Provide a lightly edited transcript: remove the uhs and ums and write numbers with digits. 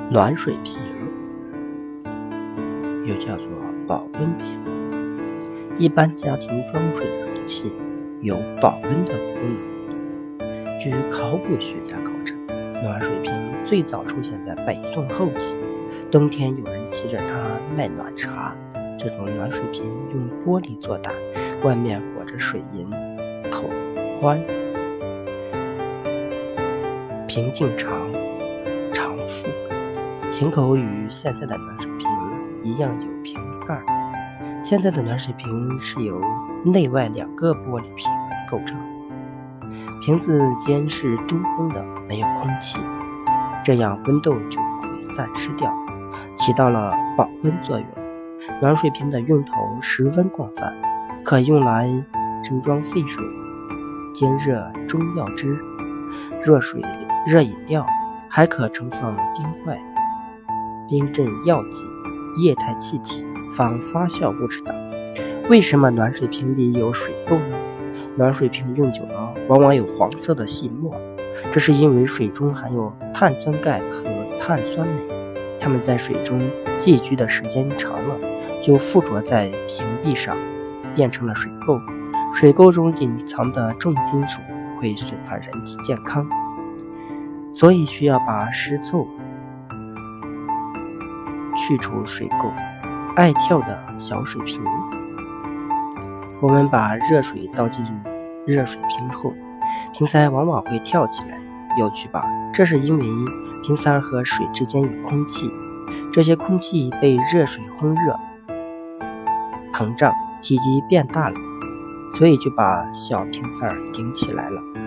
暖水瓶又叫做保温瓶，一般家庭装水的容器有保温的功能。据考古学家考证，暖水瓶最早出现在北宋后期，冬天有人骑着它卖暖茶。这种暖水瓶用玻璃做大，外面裹着水银，口宽，瓶径长，长腹，瓶口与现在的暖水瓶一样有瓶盖。现在的暖水瓶是由内外两个玻璃瓶构成，瓶子间是真空的，没有空气，这样温度就不会散失掉，起到了保温作用。暖水瓶的用途十分广泛，可用来盛装沸水、煎热中药汁、热水、热饮料，还可盛放冰块、冰镇药剂、液态气体、防发酵物质等。为什么暖水瓶里有水垢呢？暖水瓶用久了往往有黄色的细沫，这是因为水中含有碳酸钙和碳酸镁，它们在水中寄居的时间长了，就附着在瓶壁上，变成了水垢。水垢中隐藏的重金属会损害人体健康，所以需要把湿凑去除水垢。爱跳的小水瓶，我们把热水倒进热水瓶后，瓶塞往往会跳起来，有趣吧？这是因为瓶塞和水之间有空气，这些空气被热水烘热膨胀，体积变大了，所以就把小瓶塞顶起来了。